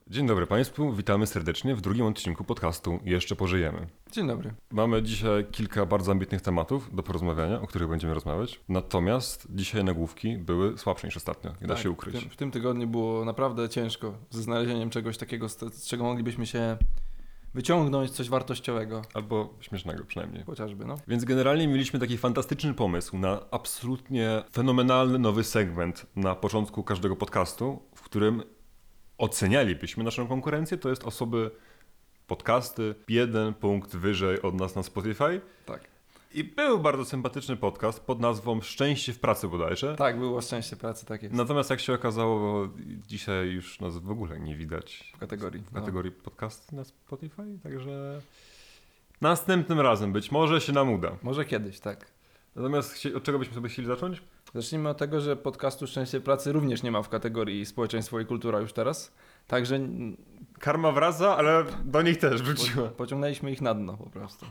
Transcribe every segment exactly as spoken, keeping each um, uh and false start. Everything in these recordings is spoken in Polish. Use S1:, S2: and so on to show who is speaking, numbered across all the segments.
S1: Dzień dobry Państwu, witamy serdecznie w drugim odcinku podcastu Jeszcze pożyjemy.
S2: Dzień dobry.
S1: Mamy dzisiaj kilka bardzo ambitnych tematów do porozmawiania, o których będziemy rozmawiać. Natomiast dzisiaj nagłówki były słabsze niż ostatnio, nie da
S2: tak,
S1: się ukryć.
S2: W tym, w tym tygodniu było naprawdę ciężko ze znalezieniem czegoś takiego, z, z czego moglibyśmy się wyciągnąć coś wartościowego.
S1: Albo śmiesznego przynajmniej.
S2: Chociażby, no.
S1: Więc generalnie mieliśmy taki fantastyczny pomysł na absolutnie fenomenalny nowy segment na początku każdego podcastu, w którym ocenialibyśmy naszą konkurencję, to jest osoby, podcasty, jeden punkt wyżej od nas na Spotify.
S2: Tak.
S1: I był bardzo sympatyczny podcast pod nazwą Szczęście w pracy bodajże.
S2: Tak, było szczęście pracy, tak jest.
S1: Natomiast jak się okazało, dzisiaj już nas w ogóle nie widać
S2: W kategorii.
S1: w kategorii no. podcasty na Spotify, także następnym razem być może się nam uda.
S2: Może kiedyś, tak.
S1: Natomiast od czego byśmy sobie chcieli zacząć?
S2: Zacznijmy od tego, że podcastu Szczęście pracy również nie ma w kategorii społeczeństwo i kultura już teraz. Także
S1: Karma wraca, ale do nich też wróciła.
S2: po, pociągnęliśmy ich na dno po prostu.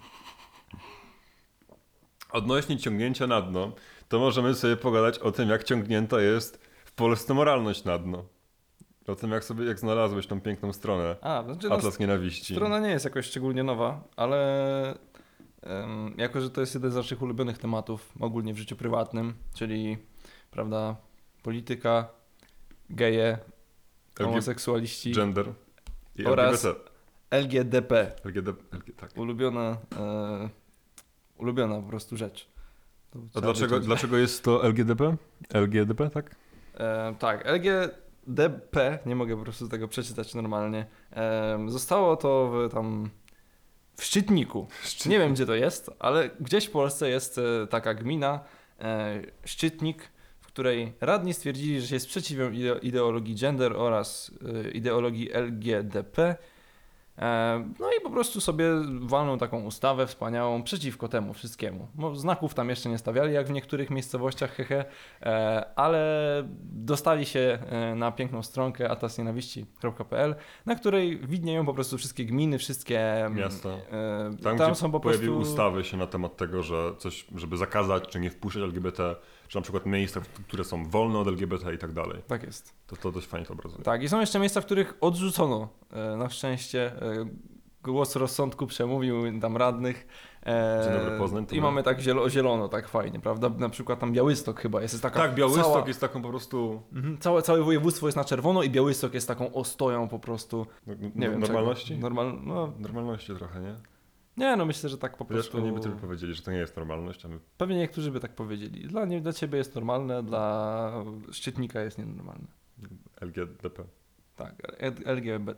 S1: Odnośnie ciągnięcia na dno, to możemy sobie pogadać o tym, jak ciągnięta jest w Polsce moralność na dno. O tym, jak sobie, jak znalazłeś tą piękną stronę.
S2: A, znaczy, no,
S1: Atlas Nienawiści.
S2: Strona nie jest jakoś szczególnie nowa, ale um, jako, że to jest jeden z naszych ulubionych tematów ogólnie w życiu prywatnym, czyli, prawda, polityka, geje, homoseksualiści
S1: Gender i
S2: oraz
S1: L G B T.
S2: L G D P.
S1: L G D P, L G, tak.
S2: Ulubiona, e, ulubiona po prostu rzecz. To
S1: A
S2: trzeba
S1: dlaczego,
S2: wyciąć.
S1: dlaczego jest to L G D P? L G D P, tak?
S2: E, tak, L G D P, nie mogę po prostu tego przeczytać normalnie, e, zostało to w, tam w Szczytniku.
S1: Szczytnik.
S2: Nie wiem, gdzie to jest, ale gdzieś w Polsce jest e, taka gmina, e, Szczytnik, w której radni stwierdzili, że się sprzeciwią ide- ideologii gender oraz e, ideologii L G D P. E, no i po prostu sobie walną taką ustawę wspaniałą przeciwko temu wszystkiemu. Mo- Znaków tam jeszcze nie stawiali, jak w niektórych miejscowościach, hehe, e, ale dostali się e, na piękną stronkę atlas nienawiści kropka p l, na której widnieją po prostu wszystkie gminy, wszystkie
S1: Miasta.
S2: E,
S1: Tam,
S2: tam
S1: gdzie
S2: są po
S1: pojawiły
S2: prostu
S1: ustawy się na temat tego, że coś, żeby zakazać czy nie wpuszczać L G B T, czy na przykład miejsca, które są wolne od L G B T i tak dalej.
S2: Tak jest.
S1: To, to dość fajnie to obrazuje.
S2: Tak, i są jeszcze miejsca, w których odrzucono e, na szczęście e, głos rozsądku przemówił tam radnych. E,
S1: Dzień dobry, Poznań, to
S2: I
S1: my.
S2: mamy tak zielo, zielono, tak fajnie, prawda? Na przykład tam Białystok chyba jest, jest taka
S1: Tak, Białystok
S2: cała,
S1: jest taką po prostu
S2: mhm, całe, całe województwo jest na czerwono i Białystok jest taką ostoją po prostu.
S1: no,
S2: Nie wiem
S1: normalności?
S2: czego. Normal, no,
S1: Normalności trochę, nie?
S2: nie, no myślę, że tak po
S1: Chociaż
S2: prostu.
S1: oni by tylko powiedzieli, że to nie jest normalność, a my...
S2: Pewnie niektórzy by tak powiedzieli. Dla, nie, dla ciebie jest normalne, dla Szczytnika jest nienormalne.
S1: L G D P.
S2: Tak, L G B.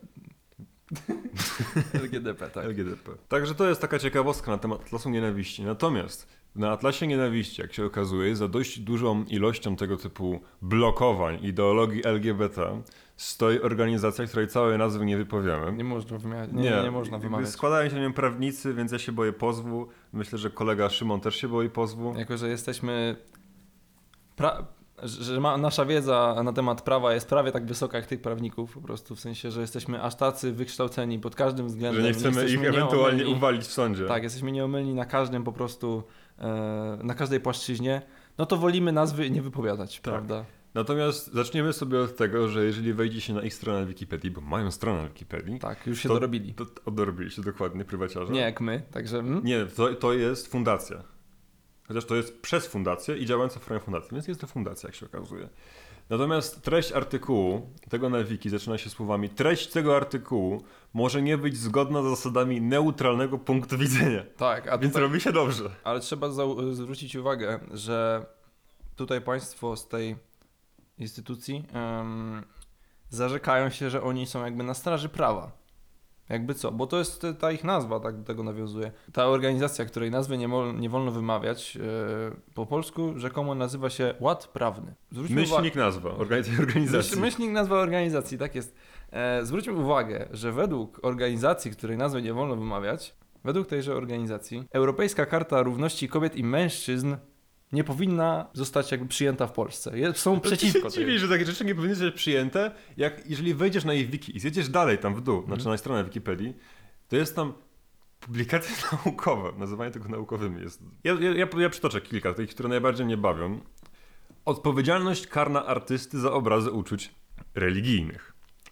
S2: L G D P, tak.
S1: L G D P. Także to jest taka ciekawostka na temat Atlasu Nienawiści. Natomiast na Atlasie Nienawiści, jak się okazuje, za dość dużą ilością tego typu blokowań ideologii L G B T stoi organizacja, której całej nazwy nie wypowiemy.
S2: Nie można wymawiać. Nie, nie, nie można
S1: jakby
S2: wymawiać.
S1: składają się na nią prawnicy, więc ja się boję pozwu. Myślę, że kolega Szymon też się boi pozwu.
S2: Jako, że jesteśmy... Pra... że ma... nasza wiedza na temat prawa jest prawie tak wysoka jak tych prawników, po prostu w sensie, że jesteśmy aż tacy wykształceni pod każdym względem.
S1: Że nie chcemy ich
S2: jesteśmy
S1: ewentualnie
S2: nieomylni.
S1: uwalić w sądzie.
S2: Tak, jesteśmy nieomylni na każdym po prostu, e... na każdej płaszczyźnie. No to wolimy nazwy nie wypowiadać,
S1: Tak.
S2: prawda?
S1: Natomiast zaczniemy sobie od tego, że jeżeli wejdzie się na ich stronę na Wikipedii, bo mają stronę na Wikipedii,
S2: Tak, już się
S1: to,
S2: dorobili.
S1: to, to dorobili się dokładnie, prywaciarze.
S2: Nie jak my, także... Mm?
S1: Nie, to, to jest fundacja. Chociaż to jest przez fundację i działająca w formie fundacji, więc jest to fundacja, jak się okazuje. Natomiast treść artykułu, tego na wiki, zaczyna się słowami: treść tego artykułu może nie być zgodna z zasadami neutralnego punktu widzenia.
S2: Tak, a
S1: Więc
S2: tutaj...
S1: robi się dobrze.
S2: Ale trzeba zau- zwrócić uwagę, że tutaj państwo z tej instytucji um, zarzekają się, że oni są jakby na straży prawa. Jakby co? Bo to jest ta ich nazwa, tak do tego nawiązuje. Ta organizacja, której nazwy nie, mo- nie wolno wymawiać yy, po polsku, rzekomo nazywa się Ład Prawny. Zwróćmy
S1: Myślnik nazwa organi- organizacji.
S2: Myśl, myślnik nazwa organizacji, tak jest. E, zwróćmy uwagę, że według organizacji, której nazwy nie wolno wymawiać, według tejże organizacji, Europejska Karta Równości Kobiet i Mężczyzn nie powinna zostać jakby przyjęta w Polsce. Je, są przeciwko
S1: To się dziwi,
S2: tej.
S1: że takie rzeczy nie powinny być przyjęte, jak jeżeli wejdziesz na ich wiki i zjedziesz dalej tam w dół, mm. znaczy na stronę Wikipedii, to jest tam publikacje naukowe. Nazywanie tego naukowymi jest... Ja, ja, ja, ja przytoczę kilka tych, które najbardziej mnie bawią. Odpowiedzialność karna artysty za obrazy uczuć religijnych.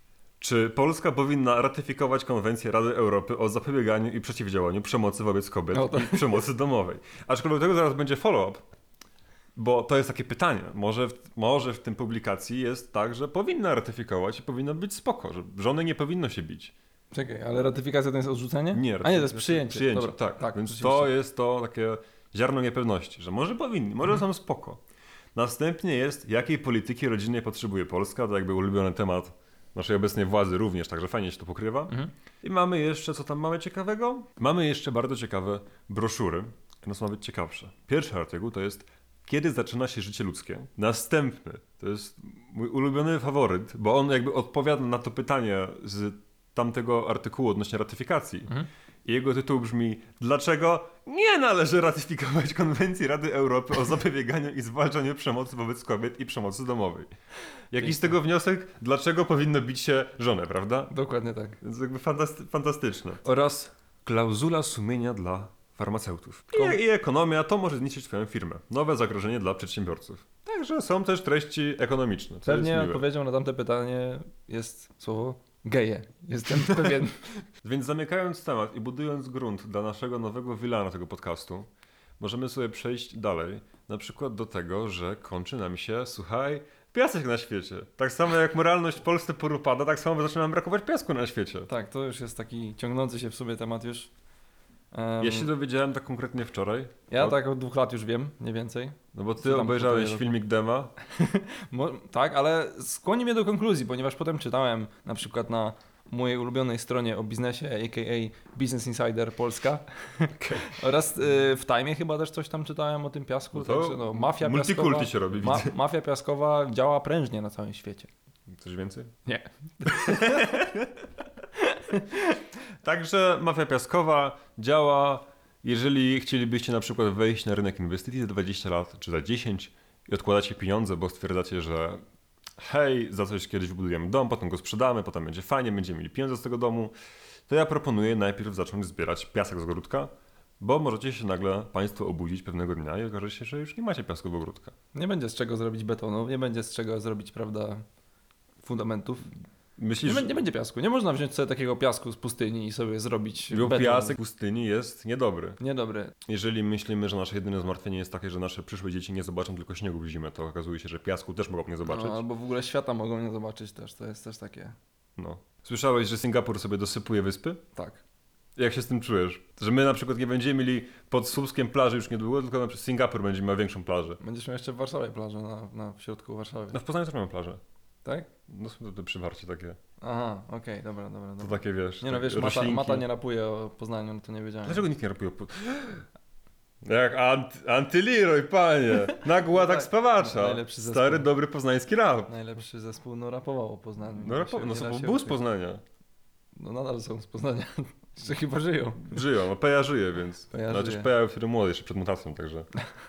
S1: Czy Polska powinna ratyfikować konwencję Rady Europy o zapobieganiu i przeciwdziałaniu przemocy wobec kobiet
S2: No to-
S1: i przemocy domowej? Aczkolwiek do tego zaraz będzie follow-up, bo to jest takie pytanie. Może w, może w tym publikacji jest tak, że powinna ratyfikować i powinno być spoko, że żony nie powinno się bić.
S2: Czekaj, ale ratyfikacja to jest odrzucenie?
S1: Nie,
S2: A nie, to jest przyjęcie.
S1: Przyjęcie,
S2: Dobra,
S1: tak.
S2: tak,
S1: Więc
S2: rzeczywiście.
S1: to jest to takie ziarno niepewności, że może powinni, może
S2: Mhm.
S1: są spoko. Następnie jest, jakiej polityki rodzinnej potrzebuje Polska, to jakby ulubiony temat naszej obecnej władzy również, także fajnie się to pokrywa.
S2: Mhm.
S1: I mamy jeszcze, co tam mamy ciekawego? Mamy jeszcze bardzo ciekawe broszury, one są nawet ciekawsze. Pierwszy artykuł to jest kiedy zaczyna się życie ludzkie. Następny to jest mój ulubiony faworyt, bo on jakby odpowiada na to pytanie z tamtego artykułu odnośnie ratyfikacji.
S2: Mhm.
S1: I jego tytuł brzmi: dlaczego nie należy ratyfikować konwencji Rady Europy o zapobieganiu i zwalczaniu przemocy wobec kobiet i przemocy domowej? Jaki z tego wniosek? Dlaczego powinno bić się żonę, prawda?
S2: Dokładnie tak.
S1: Więc jakby fantasty- fantastyczne. Oraz klauzula sumienia dla farmaceutów.
S2: Kom-
S1: I, I ekonomia to może zniszczyć twoją firmę. Nowe zagrożenie dla przedsiębiorców. Także są też treści ekonomiczne. Co
S2: Pewnie
S1: jest miłe.
S2: odpowiedzią na tamte pytanie jest słowo geje. Jestem pewien.
S1: Więc zamykając temat i budując grunt dla naszego nowego Wilana tego podcastu, możemy sobie przejść dalej. Na przykład do tego, że kończy nam się, słuchaj, piasek na świecie. Tak samo jak moralność w Polsce porupada, tak samo zaczyna nam brakować piasku na świecie.
S2: Tak, to już jest taki ciągnący się w sobie temat już. Em,
S1: Ja się dowiedziałem tak konkretnie wczoraj.
S2: ja
S1: od-
S2: tak od dwóch lat już wiem, mniej więcej.
S1: No bo
S2: Co
S1: ty
S2: tam
S1: obejrzałeś
S2: tutaj
S1: filmik Dema.
S2: Mo- tak, ale skłoni mnie do konkluzji, ponieważ potem czytałem na przykład na mojej ulubionej stronie o biznesie, aka Business Insider Polska. Oraz y, w Time chyba też coś tam czytałem o tym piasku.
S1: No to
S2: Także, no, mafia
S1: multikulti
S2: piaskowa,
S1: się robi,
S2: ma,
S1: widzę.
S2: mafia piaskowa działa prężnie na całym świecie.
S1: Coś więcej?
S2: Nie.
S1: Także mafia piaskowa działa, jeżeli chcielibyście na przykład wejść na rynek inwestycji za dwadzieścia lat czy za dziesięć i odkładacie pieniądze, bo stwierdzacie, że hej, za coś kiedyś wybudujemy dom, potem go sprzedamy, potem będzie fajnie, będziemy mieli pieniądze z tego domu, to ja proponuję najpierw zacząć zbierać piasek z ogródka, bo możecie się nagle państwo obudzić pewnego dnia i okaże się, że już nie macie piasku w ogródka.
S2: Nie będzie z czego zrobić betonu, nie będzie z czego zrobić, prawda, fundamentów. Nie,
S1: Myślisz,
S2: bę- nie będzie piasku. Nie można wziąć sobie takiego piasku z pustyni i sobie zrobić
S1: że
S2: beton.
S1: piasek w pustyni jest niedobry.
S2: Niedobry.
S1: Jeżeli myślimy, że nasze jedyne zmartwienie jest takie, że nasze przyszłe dzieci nie zobaczą tylko śniegu w zimę, to okazuje się, że piasku też mogą nie zobaczyć.
S2: No, albo w ogóle świata mogą nie zobaczyć też. To jest też takie.
S1: No. Słyszałeś, że Singapur sobie dosypuje wyspy?
S2: Tak.
S1: Jak się z tym czujesz? Że my na przykład nie będziemy mieli pod Słupskiem plaży już niedługo, tylko na przykład Singapur będzie miał większą plażę.
S2: Będziesz miał jeszcze w Warszawie plażę, na, na, w środku Warszawy.
S1: No w Poznaniu też mamy plażę.
S2: Tak?
S1: No są te przywarcie takie.
S2: Aha, okej, dobra, dobra.
S1: To
S2: dobra.
S1: takie wiesz.
S2: Nie no,
S1: takie
S2: wiesz, Mata,
S1: roślinki.
S2: Mata nie rapuje o Poznaniu, no to nie wiedziałem.
S1: Dlaczego nikt nie rapuje? Po... Jak anty, antyliroy, panie! Nagła tak
S2: Tak,
S1: spawacza.
S2: najlepszy zespół.
S1: Stary, dobry poznański rap.
S2: Najlepszy zespół no rapował o Poznaniu.
S1: No,
S2: Nie
S1: rapo...
S2: się-
S1: no
S2: nie da
S1: są,
S2: się
S1: był z
S2: ukryć.
S1: Poznania.
S2: No nadal są z Poznania. Jeszcze chyba żyją.
S1: Żyją, a Peja żyje, więc.
S2: Peja
S1: no, chociaż
S2: żyje.
S1: Peja wtedy młody, jeszcze przed mutacją, także.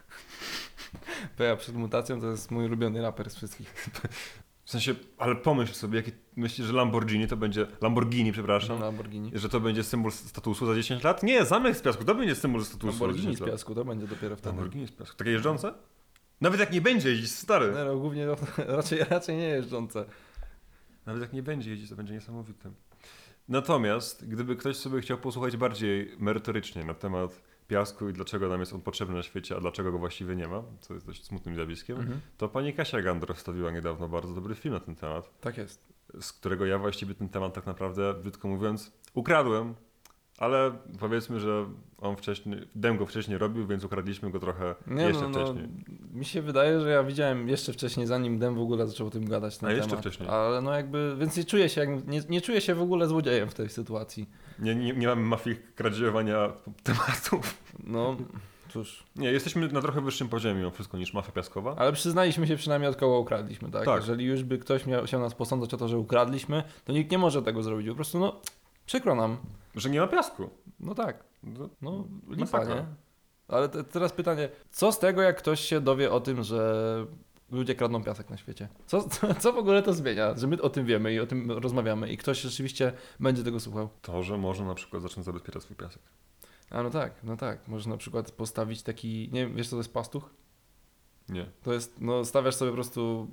S2: Peja przed mutacją to jest mój ulubiony raper z wszystkich.
S1: W sensie, ale pomyśl sobie, jaki myślisz, że Lamborghini to będzie. Lamborghini, przepraszam.
S2: Lamborghini.
S1: Że to będzie symbol statusu za dziesięć lat? Nie, zamek z piasku, to będzie symbol statusu za
S2: Lamborghini
S1: dziesięć
S2: z
S1: lat.
S2: piasku, to będzie dopiero wtedy.
S1: Lamborghini z piasku. Takie jeżdżące? Nawet jak nie będzie jeździć, stary.
S2: Nie no, głównie raczej, raczej nie jeżdżące.
S1: Nawet jak nie będzie jeździć, to będzie niesamowite. Natomiast, gdyby ktoś sobie chciał posłuchać bardziej merytorycznie na temat piasku i dlaczego nam jest on potrzebny na świecie, a dlaczego go właściwie nie ma, co jest dość smutnym zjawiskiem,
S2: Mhm.
S1: to pani Kasia Gandor wstawiła niedawno bardzo dobry film na ten temat,
S2: Tak jest.
S1: z którego ja właściwie ten temat tak naprawdę, brzydko mówiąc, ukradłem, ale powiedzmy, że on wcześniej, Dem go wcześniej robił, więc ukradliśmy go trochę
S2: Nie,
S1: jeszcze
S2: no, no,
S1: wcześniej.
S2: mi się wydaje, że ja widziałem jeszcze wcześniej, zanim Dem w ogóle zaczął o tym gadać na
S1: A,
S2: temat.
S1: jeszcze wcześniej.
S2: Ale no jakby, więc nie czuję się, jak, nie, nie czuję się w ogóle złodziejem w tej sytuacji.
S1: Nie, nie, nie mamy mafii kradziejowania tematów.
S2: No, cóż.
S1: Nie, jesteśmy na trochę wyższym poziomie mimo wszystko niż mafia piaskowa.
S2: Ale przyznaliśmy się przynajmniej od kogo ukradliśmy, tak?
S1: Tak.
S2: Jeżeli już by ktoś miał się nas posądzać o to, że ukradliśmy, to nikt nie może tego zrobić. Po prostu, no, przykro nam.
S1: Że nie ma piasku.
S2: No tak,
S1: No,
S2: no, lipa,
S1: Masakra.
S2: nie? Ale te, teraz pytanie, co z tego, jak ktoś się dowie o tym, że ludzie kradną piasek na świecie? Co, co, co w ogóle to zmienia, że my o tym wiemy i o tym rozmawiamy i ktoś rzeczywiście będzie tego słuchał?
S1: To, że może na przykład zacząć zabezpieczać swój piasek.
S2: A no tak, no tak. Możesz na przykład postawić taki, nie wiem, wiesz co to jest pastuch?
S1: Nie.
S2: To jest, no stawiasz sobie po prostu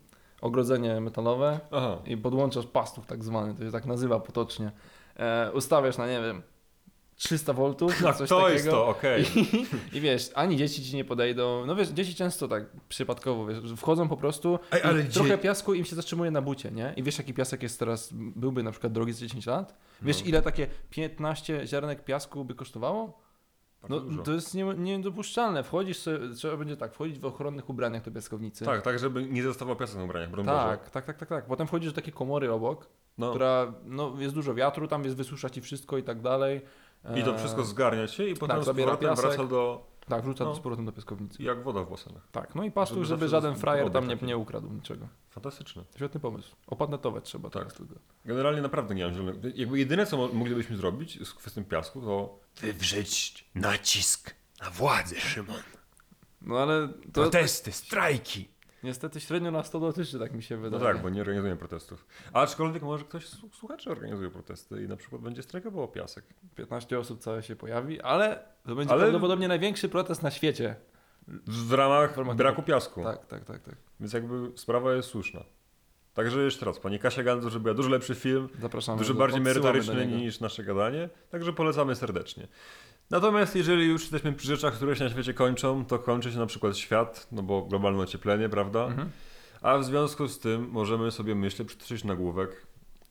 S2: ogrodzenie metalowe
S1: Aha.
S2: i podłączasz pastów tak zwany, to się tak nazywa potocznie. E, ustawiasz na, nie wiem, trzysta woltów,
S1: Tak,
S2: coś
S1: to
S2: takiego.
S1: jest to, okej.
S2: I, I wiesz, ani dzieci ci nie podejdą. No wiesz, dzieci często tak przypadkowo, wiesz, że wchodzą po prostu
S1: Ej,
S2: i
S1: ale
S2: trochę
S1: dzie-
S2: piasku im się zatrzymuje na bucie, nie? I wiesz, jaki piasek jest teraz, byłby na przykład drogi z dziesięć lat? Wiesz,
S1: No.
S2: ile takie piętnaście ziarnek piasku by kosztowało?
S1: Bardzo
S2: No
S1: dużo.
S2: to jest nie, niedopuszczalne. Wchodzisz sobie, trzeba będzie tak, wchodzić w ochronnych ubraniach do piaskownicy.
S1: Tak, tak, żeby nie zostawał piasek na ubraniach, broń Boże.
S2: tak, tak, tak, tak, tak. Potem wchodzisz do takiej komory obok,
S1: No.
S2: która, no jest dużo wiatru, tam jest wysusza ci wszystko i tak dalej.
S1: I to
S2: E,
S1: wszystko zgarnia się i potem
S2: tak,
S1: z
S2: zabiera
S1: powrotem
S2: piasek.
S1: wraca do...
S2: Tak, wrzuca
S1: no.
S2: z powrotem do piaskownicy.
S1: jak woda w basenach.
S2: Tak, no i pastuch,
S1: Żeby
S2: żeby,
S1: zawsze
S2: żaden
S1: został
S2: frajer tam
S1: obiekt
S2: nie,
S1: taki.
S2: nie ukradł niczego.
S1: Fantastyczne.
S2: Świetny pomysł. Opatnetować trzeba
S1: Tak.
S2: teraz tylko.
S1: Generalnie naprawdę nie mam zielonego... Jakby jedyne, co mo- moglibyśmy zrobić z kwestią piasku, to wywrzeć nacisk na władzę, Szymon.
S2: No ale to
S1: Protesty, strajki.
S2: niestety średnio nas to dotyczy, tak mi się
S1: No
S2: wydaje.
S1: tak, bo nie organizujemy protestów. Aczkolwiek może ktoś z słuchaczy organizuje protesty i na przykład będzie strajkował o piasek.
S2: piętnaście osób całe się pojawi, ale to będzie
S1: Ale-
S2: prawdopodobnie największy protest na świecie.
S1: W ramach
S2: W ramach
S1: braku piasku.
S2: Tak, tak, tak, tak.
S1: Więc jakby sprawa jest słuszna. Także jeszcze raz, pani Kasia Gandu zrobiła dużo lepszy film,
S2: Zapraszamy.
S1: dużo
S2: do-
S1: bardziej
S2: odsyłamy do
S1: merytoryczny
S2: niego.
S1: niż nasze gadanie, także polecamy serdecznie. Natomiast jeżeli już jesteśmy przy rzeczach, które się na świecie kończą, to kończy się na przykład świat, no bo globalne ocieplenie, prawda?
S2: Mhm.
S1: A w związku z tym możemy sobie, myślę, przytoczyć nagłówek.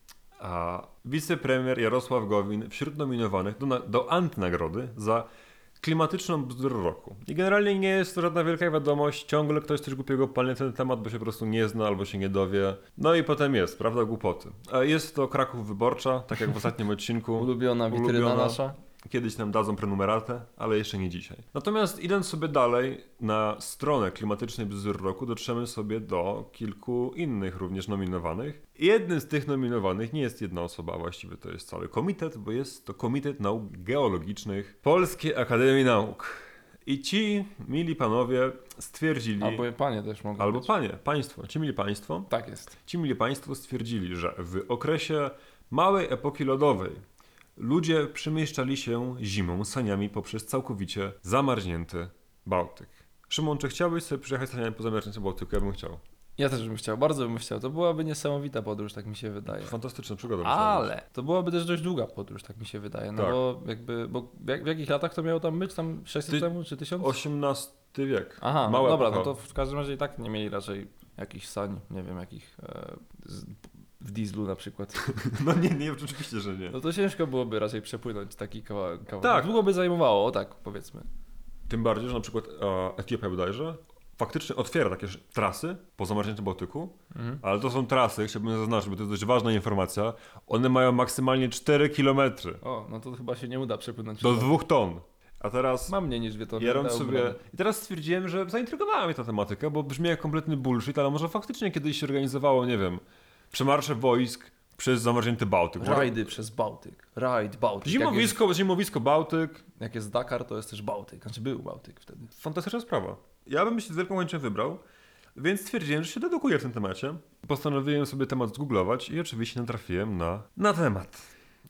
S1: A wicepremier Jarosław Gowin wśród nominowanych do, na, do antynagrody za klimatyczną bzdurę roku. I generalnie nie jest to żadna wielka wiadomość, ciągle ktoś coś głupiego palnie na ten temat, bo się po prostu nie zna albo się nie dowie. No i potem jest, prawda, głupoty. A jest to Kraków Wyborcza, tak jak w ostatnim odcinku.
S2: Ulubiona witryna
S1: Ulubiona.
S2: nasza.
S1: Kiedyś nam dadzą prenumeratę, ale jeszcze nie dzisiaj. Natomiast idąc sobie dalej na stronę klimatycznej bzdury roku, dotrzemy sobie do kilku innych również nominowanych. Jednym z tych nominowanych nie jest jedna osoba, a właściwie to jest cały komitet, bo jest to Komitet Nauk Geologicznych Polskiej Akademii Nauk. I ci, mili panowie, stwierdzili...
S2: Albo panie też mogą
S1: Albo
S2: być.
S1: panie, państwo, ci mili państwo,
S2: Tak jest.
S1: Ci mili państwo stwierdzili, że w okresie małej epoki lodowej ludzie przemieszczali się zimą saniami poprzez całkowicie zamarznięty Bałtyk. Szymon, czy chciałbyś sobie przyjechać saniami po zamarzniętym Bałtyku? Ja bym chciał.
S2: Ja też bym chciał, bardzo bym chciał. To byłaby niesamowita podróż, tak mi się wydaje.
S1: Fantastyczna przygoda. musiała być.
S2: Ale to byłaby też dość długa podróż, tak mi się wydaje. No
S1: Tak.
S2: bo jakby, bo w, jak, w jakich latach to miało tam być? Tam sześćset
S1: Ty-
S2: temu czy tysiąc?
S1: osiemnasty wiek.
S2: Aha, no
S1: Mała
S2: dobra,
S1: epoka.
S2: no to w każdym razie i tak nie mieli raczej jakichś sań, nie wiem, jakich e, z, w dieslu na przykład.
S1: No nie, nie, oczywiście, że nie.
S2: No to ciężko byłoby raczej przepłynąć taki kawałek. kawałek.
S1: Tak.
S2: Długo by zajmowało, o tak powiedzmy.
S1: Tym bardziej, że na przykład e, Etiopia bodajże faktycznie otwiera takie sz- trasy po zamarzniętym Bałtyku,
S2: Mhm.
S1: ale to są trasy, chciałbym zaznaczyć, bo to jest dość ważna informacja, one mają maksymalnie cztery kilometry.
S2: O, no to chyba się nie uda przepłynąć.
S1: Do dwóch ton. A teraz
S2: Mam mniej niż dwie tony.
S1: jarąc
S2: dałbym
S1: sobie...
S2: radę.
S1: I teraz stwierdziłem, że zaintrygowała mnie ta tematyka, bo brzmi jak kompletny bullshit, ale może faktycznie kiedyś się organizowało, nie wiem, przemarsze wojsk przez zamarznięty Bałtyk.
S2: Rajdy przez Bałtyk. Rajd Bałtyk. Jak jest,
S1: Zimowisko, zimowisko Bałtyk.
S2: jak jest Dakar, to jest też Bałtyk. Znaczy był Bałtyk wtedy.
S1: Fantastyczna sprawa. Ja bym się z wielką chęcią wybrał, więc stwierdziłem, że się dedukuję w tym temacie. Postanowiłem sobie temat zgooglować i oczywiście natrafiłem na, na temat.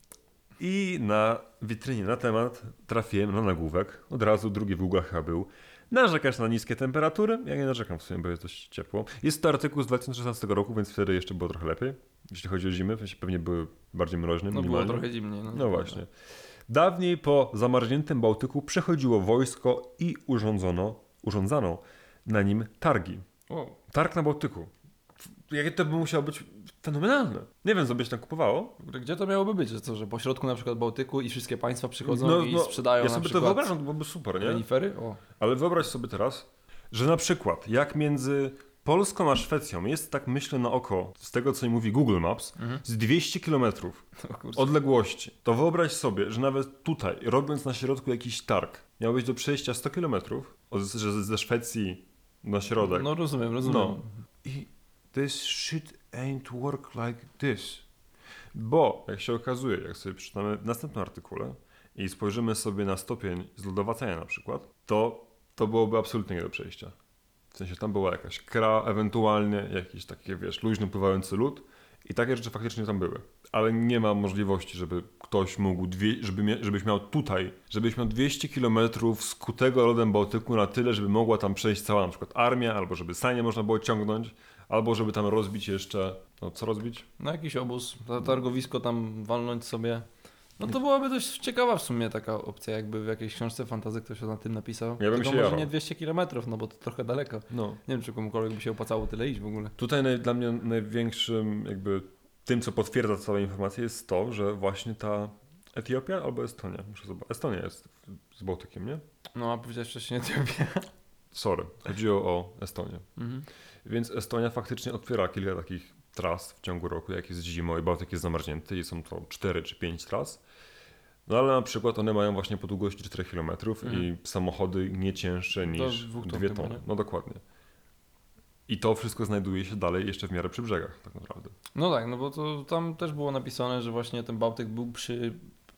S1: I na witrynie na temat trafiłem na nagłówek. Od razu drugi w Google'ach chyba był. Narzekasz na niskie temperatury? Ja nie narzekam w sumie, bo jest dość ciepło. Jest to artykuł z dwa tysiące szesnastego roku, więc wtedy jeszcze było trochę lepiej. Jeśli chodzi o zimy, w sensie pewnie były bardziej mroźne,
S2: No było
S1: minimalnie.
S2: trochę zimniej. No,
S1: No właśnie. Dawniej po zamarzniętym Bałtyku przechodziło wojsko i urządzono, urządzano na nim targi.
S2: O,
S1: Targ na Bałtyku. Jakie to by musiało być fenomenalne. Nie wiem, co by się tam kupowało.
S2: gdzie to miałoby być? Że co, że po środku na przykład Bałtyku i wszystkie państwa przychodzą
S1: No,
S2: i
S1: no,
S2: sprzedają
S1: ja
S2: na
S1: sobie to
S2: przykład
S1: wyobrażam, to byłoby super, nie?
S2: renifery? O.
S1: Ale wyobraź sobie teraz, że na przykład jak między Polską a Szwecją jest, tak myślę na oko, z tego co mi mówi Google Maps,
S2: Mhm.
S1: z dwieście kilometrów
S2: O kurczę.
S1: odległości, to wyobraź sobie, że nawet tutaj, robiąc na środku jakiś targ, miałbyś do przejścia sto kilometrów, od- że ze Szwecji na środek.
S2: No rozumiem, rozumiem.
S1: No. I this shit ain't work like this. Bo, jak się okazuje, jak sobie przeczytamy w następnym artykule i spojrzymy sobie na stopień zlodowacenia na przykład, to to byłoby absolutnie nie do przejścia. W sensie tam była jakaś kra, ewentualnie jakiś taki, wiesz, luźny pływający lód i takie rzeczy faktycznie tam były. Ale nie ma możliwości, żeby ktoś mógł, dwie, żeby mia, żebyś miał tutaj, żebyś miał dwieście kilometrów skutego lodem Bałtyku na tyle, żeby mogła tam przejść cała na przykład armia, albo żeby sanie można było ciągnąć, albo żeby tam rozbić jeszcze, no co rozbić?
S2: Na jakiś obóz, ta- targowisko tam walnąć sobie. No to byłaby dość ciekawa w sumie taka opcja, jakby w jakiejś książce fantasy ktoś na tym napisał.
S1: Ja bym
S2: Tylko
S1: się
S2: może
S1: jarał.
S2: nie dwieście kilometrów, no bo to trochę daleko.
S1: No.
S2: Nie wiem, czy komukolwiek by się opłacało tyle iść w ogóle.
S1: Tutaj naj, dla mnie największym jakby tym, co potwierdza całe informacje jest to, że właśnie ta Etiopia albo Estonia, muszę zobaczyć, Estonia jest z Bałtykiem, nie?
S2: No a powiedziałeś wcześniej Etiopię.
S1: Sorry, chodziło o Estonię.
S2: Mhm.
S1: Więc Estonia faktycznie otwiera kilka takich tras w ciągu roku, jak jest zimą i Bałtyk jest zamarznięty i są to cztery czy pięć tras. No ale na przykład one mają właśnie po długości czterech kilometrów
S2: Mhm.
S1: i samochody nie cięższe
S2: Do
S1: niż
S2: dwóch ton
S1: dwie
S2: chyba,
S1: tony.
S2: nie?
S1: No dokładnie. I to wszystko znajduje się dalej jeszcze w miarę przy brzegach tak naprawdę.
S2: No tak, no bo to tam też było napisane, że właśnie ten Bałtyk był przy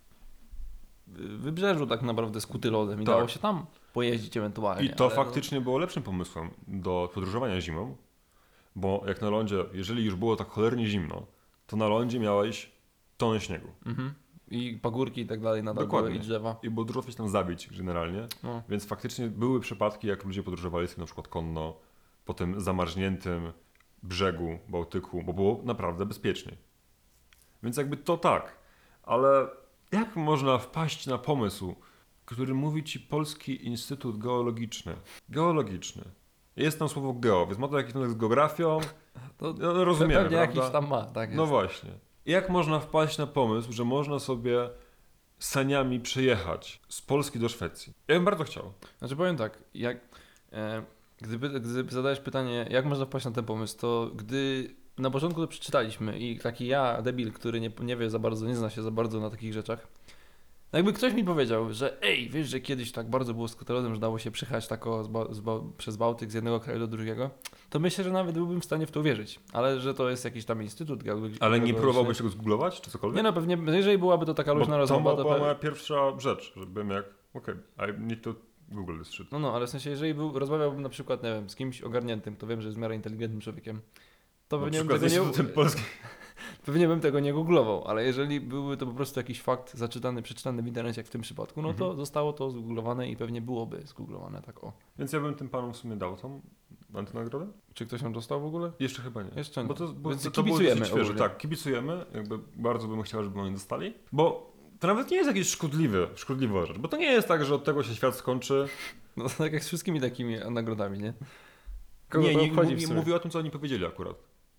S2: wybrzeżu tak naprawdę skuty lodem i
S1: Tak.
S2: dało się tam pojeździć ewentualnie.
S1: I to
S2: ale no-
S1: faktycznie było lepszym pomysłem do podróżowania zimą, bo jak na lądzie, jeżeli już było tak cholernie zimno, to na lądzie miałeś tonę śniegu.
S2: Mhm. I pagórki i tak dalej nadal
S1: Dokładnie.
S2: były i drzewa.
S1: I było dużo łatwiej się tam zabić generalnie,
S2: No.
S1: więc faktycznie były przypadki, jak ludzie podróżowali sobie na przykład konno po tym zamarzniętym brzegu Bałtyku, bo było naprawdę bezpiecznie. Więc jakby to tak, ale jak można wpaść na pomysł, który mówi ci Polski Instytut Geologiczny? Geologiczny. Jest tam słowo geo, więc ma to jakiś związek z geografią.
S2: To
S1: No, rozumiemy,
S2: pewnie
S1: prawda?
S2: jakiś tam ma, tak jest.
S1: No właśnie. Jak można wpaść na pomysł, że można sobie saniami przejechać z Polski do Szwecji? Ja bym bardzo chciał.
S2: Znaczy powiem tak, jak, e, gdyby, gdyby zadałeś pytanie, jak można wpaść na ten pomysł, to gdy na początku to przeczytaliśmy i taki ja, debil, który nie, nie wie za bardzo, nie zna się za bardzo na takich rzeczach, no jakby ktoś mi powiedział, że ej, wiesz, że kiedyś tak bardzo było skuterolem, że dało się przyjechać tak o, z ba, z ba, przez Bałtyk z jednego kraju do drugiego, to myślę, że nawet byłbym w stanie w to uwierzyć. Ale że to jest jakiś tam instytut geologiczny.
S1: Ale nie próbowałbyś tego zgooglować, czy cokolwiek?
S2: Nie no, pewnie, jeżeli byłaby to taka
S1: Bo
S2: luźna
S1: to
S2: rozmowa,
S1: była
S2: to
S1: była
S2: pe...
S1: moja pierwsza rzecz, żebym jak, okej, okay, I need to google this shit.
S2: No, no, ale w sensie, jeżeli był, rozmawiałbym na przykład, nie wiem, z kimś ogarniętym, to wiem, że jest w miarę inteligentnym człowiekiem, to
S1: Na
S2: pewnie bym,
S1: przykład
S2: tego
S1: z Instytutem
S2: nie,
S1: Polskim.
S2: pewnie bym tego nie googlował, ale jeżeli byłby to po prostu jakiś fakt zaczytany, przeczytany w internecie, jak w tym przypadku, no to
S1: Mhm.
S2: zostało to zgooglowane i pewnie byłoby zgooglowane tak o.
S1: Więc ja bym tym panom w sumie dał tą antynagrodę?
S2: Czy ktoś ją dostał w ogóle?
S1: Jeszcze chyba nie.
S2: Jeszcze nie.
S1: Bo to, bo
S2: Więc
S1: to, to było
S2: kibicujemy
S1: dosyć świeże.
S2: ogólnie.
S1: Tak, kibicujemy. Jakby bardzo bym chciał, żeby oni dostali. Bo to nawet nie jest jakieś szkodliwe, szkodliwa rzecz. Bo to nie jest tak, że od tego się świat skończy.
S2: No tak jak z wszystkimi takimi nagrodami, nie? Kogo
S1: Nie,
S2: to
S1: nie,
S2: obchodzi w
S1: nie
S2: sumie?
S1: mówię o tym, co oni powiedzieli akurat.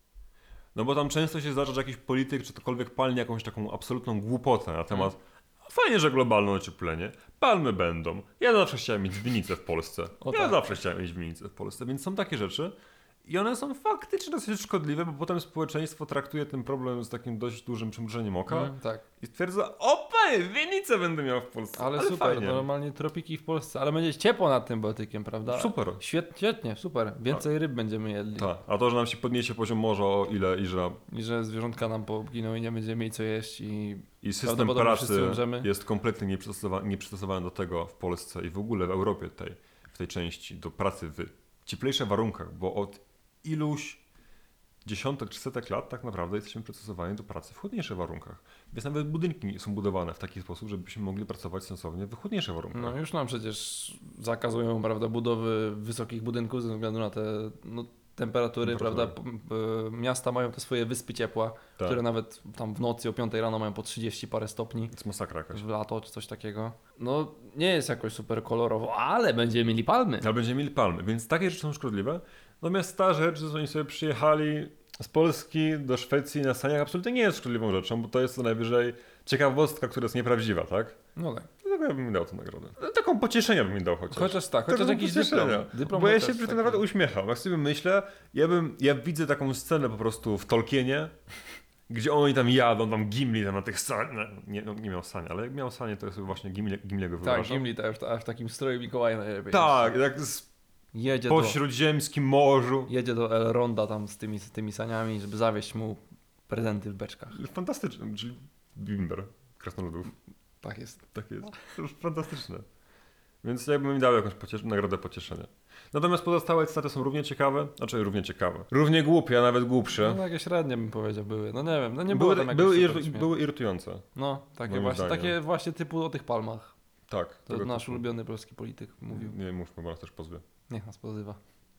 S1: No bo tam często się zdarza, że jakiś polityk czy ktokolwiek palnie jakąś taką absolutną głupotę na temat
S2: Hmm.
S1: fajnie, że globalne ocieplenie, palmy będą. Ja zawsze chciałem mieć winnicę w Polsce.
S2: O
S1: ja
S2: tak.
S1: zawsze chciałem mieć winnicę w Polsce, więc są takie rzeczy i one są faktycznie dosyć szkodliwe, bo potem społeczeństwo traktuje ten problem z takim dość dużym przymrużeniem oka
S2: Mm, tak.
S1: i stwierdza, o panie, winnicę będę miał w Polsce.
S2: Ale,
S1: Ale
S2: super,
S1: fajnie.
S2: normalnie tropiki w Polsce, ale będzie ciepło nad tym Bałtykiem, prawda?
S1: Super.
S2: Świetnie, świetnie, super. Więcej ryb będziemy jedli.
S1: Tak, a to, że nam się podniesie poziom morza o ile i że
S2: I że zwierzątka nam poginą i nie będziemy mieli co jeść i
S1: i system
S2: Prawdopodobnie wszyscy
S1: pracy
S2: umrzemy.
S1: jest kompletnie nieprzystosowany, nieprzystosowany do tego w Polsce i w ogóle w Europie tej, w tej części, do pracy w cieplejszych warunkach, bo od iluś dziesiątek czy setek lat tak naprawdę jesteśmy przystosowani do pracy w chłodniejszych warunkach. Więc nawet budynki są budowane w taki sposób, żebyśmy mogli pracować sensownie w chłodniejszych warunkach.
S2: no już nam przecież zakazują, prawda, budowy wysokich budynków ze względu na te no, temperatury,
S1: Temperatury.
S2: prawda? P- p- miasta mają te swoje wyspy ciepła,
S1: Tak.
S2: które nawet tam w nocy o piątej rano mają po trzydzieści parę stopni.
S1: To jest masakra jakaś.
S2: W lato czy coś takiego. No nie jest jakoś super kolorowo, ale będziemy mieli palmy.
S1: Ale będziemy mieli palmy, więc takie rzeczy są szkodliwe. Natomiast ta rzecz, że oni sobie przyjechali z Polski do Szwecji na saniach, absolutnie nie jest szkodliwą rzeczą, bo to jest co najwyżej ciekawostka, która jest nieprawdziwa, tak?
S2: No tak.
S1: Dlatego ja bym mi dał tę nagrodę. Taką pocieszenia bym mi dał chociaż.
S2: Chociaż tak, chociaż
S1: Taką
S2: jakiś dyplom.
S1: pocieszenia.
S2: dyplom
S1: Bo ja
S2: chociaż
S1: się przy tym
S2: taki.
S1: naprawdę uśmiecham. Jak sobie myślę, ja bym, ja widzę taką scenę po prostu w Tolkienie, gdzie oni tam jadą, tam Gimli tam na tych saniach, nie, no, nie miał sania, ale jak miał sanie, to ja sobie właśnie Gimli, Gimliego
S2: Tak,
S1: wyobrażam.
S2: Gimli też, a w takim stroju Mikołaja najlepiej.
S1: Tak, tak z,
S2: Jedzie
S1: po
S2: do,
S1: śródziemskim morzu.
S2: jedzie do Elronda tam z tymi, z tymi saniami, żeby zawieźć mu prezenty w beczkach.
S1: Fantastyczne, czyli bimber krasnoludów.
S2: Tak jest.
S1: Tak jest. To już fantastyczne. Więc ja bym mi dał jakąś pociesz- nagrodę pocieszenia. Natomiast pozostałe cytaty są równie ciekawe, znaczy równie ciekawe. Równie głupie, a nawet głupsze.
S2: No takie średnie bym powiedział były. No nie wiem, no nie było
S1: były,
S2: tam jakoś
S1: były,
S2: super
S1: iry-
S2: śmieszne.
S1: były irytujące.
S2: No, takie
S1: moim
S2: właśnie,
S1: zdaniem.
S2: takie właśnie typu o tych palmach.
S1: Tak.
S2: To
S1: tego
S2: nasz
S1: typu.
S2: ulubiony polski polityk mówił.
S1: Nie mówmy, bo nas też pozwie.
S2: Niech nas pozywa.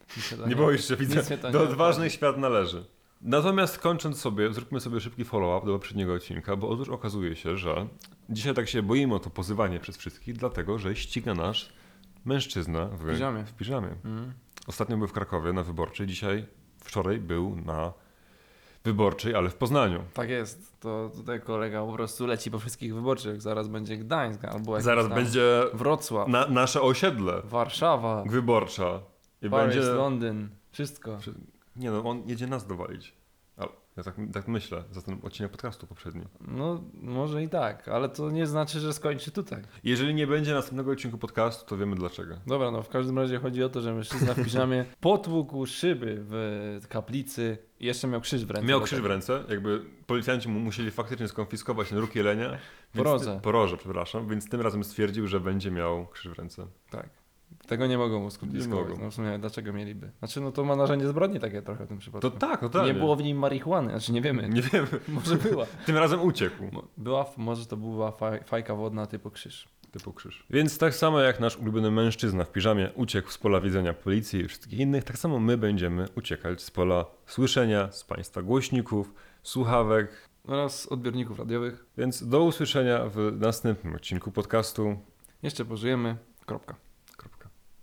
S2: To
S1: Nie boisz się, widzę.
S2: nic mnie to
S1: Do
S2: nie
S1: odważnych świat należy. Natomiast kończąc sobie, zróbmy sobie szybki follow-up do poprzedniego odcinka, bo otóż okazuje się, że dzisiaj tak się boimy o to pozywanie przez wszystkich, dlatego że ściga nas mężczyzna w,
S2: W piżamie.
S1: W piżamie.
S2: Mm.
S1: Ostatnio był w Krakowie na Wyborczej, dzisiaj, wczoraj był na Wyborczej, ale w Poznaniu.
S2: Tak jest, to tutaj kolega po prostu leci po wszystkich wyborczych, zaraz będzie Gdańsk albo jakiś
S1: Zaraz
S2: tam
S1: będzie
S2: Wrocław,
S1: na, nasze osiedle
S2: Warszawa,
S1: wyborcza. I
S2: Paryż,
S1: będzie...
S2: Londyn, wszystko.
S1: Nie no, on jedzie nas dowalić. Ale ja tak, tak myślę, za ten odcinek podcastu poprzedni.
S2: No może i tak, ale to nie znaczy, że skończy tutaj.
S1: Jeżeli nie będzie następnego odcinku podcastu, to wiemy dlaczego.
S2: Dobra, no w każdym razie chodzi o to, że mężczyzna w piżamie potłukł szyby w kaplicy i jeszcze miał krzyż w ręce.
S1: Miał
S2: do
S1: krzyż w
S2: tego.
S1: ręce, jakby policjanci mu musieli faktycznie skonfiskować ten róg jelenia. Więc
S2: Poroże.
S1: Ty, poroże, przepraszam, więc tym razem stwierdził, że będzie miał krzyż w ręce.
S2: Tak. Tego nie mogą mu
S1: Nie
S2: skonfiskować.
S1: mogą.
S2: No w sumie dlaczego mieliby? Znaczy no to ma narzędzie zbrodni takie trochę w tym przypadku.
S1: To tak, no tak.
S2: Nie było w nim marihuany, znaczy nie wiemy.
S1: Nie wiemy.
S2: Może była.
S1: Tym razem uciekł.
S2: Mo- Była, może to była faj, fajka wodna typu krzyż.
S1: Typu krzyż. Więc tak samo jak nasz ulubiony mężczyzna w piżamie uciekł z pola widzenia policji i wszystkich innych, tak samo my będziemy uciekać z pola słyszenia, z państwa głośników, słuchawek.
S2: Oraz odbiorników radiowych.
S1: Więc do usłyszenia w następnym odcinku podcastu.
S2: Jeszcze pożyjemy. Kropka.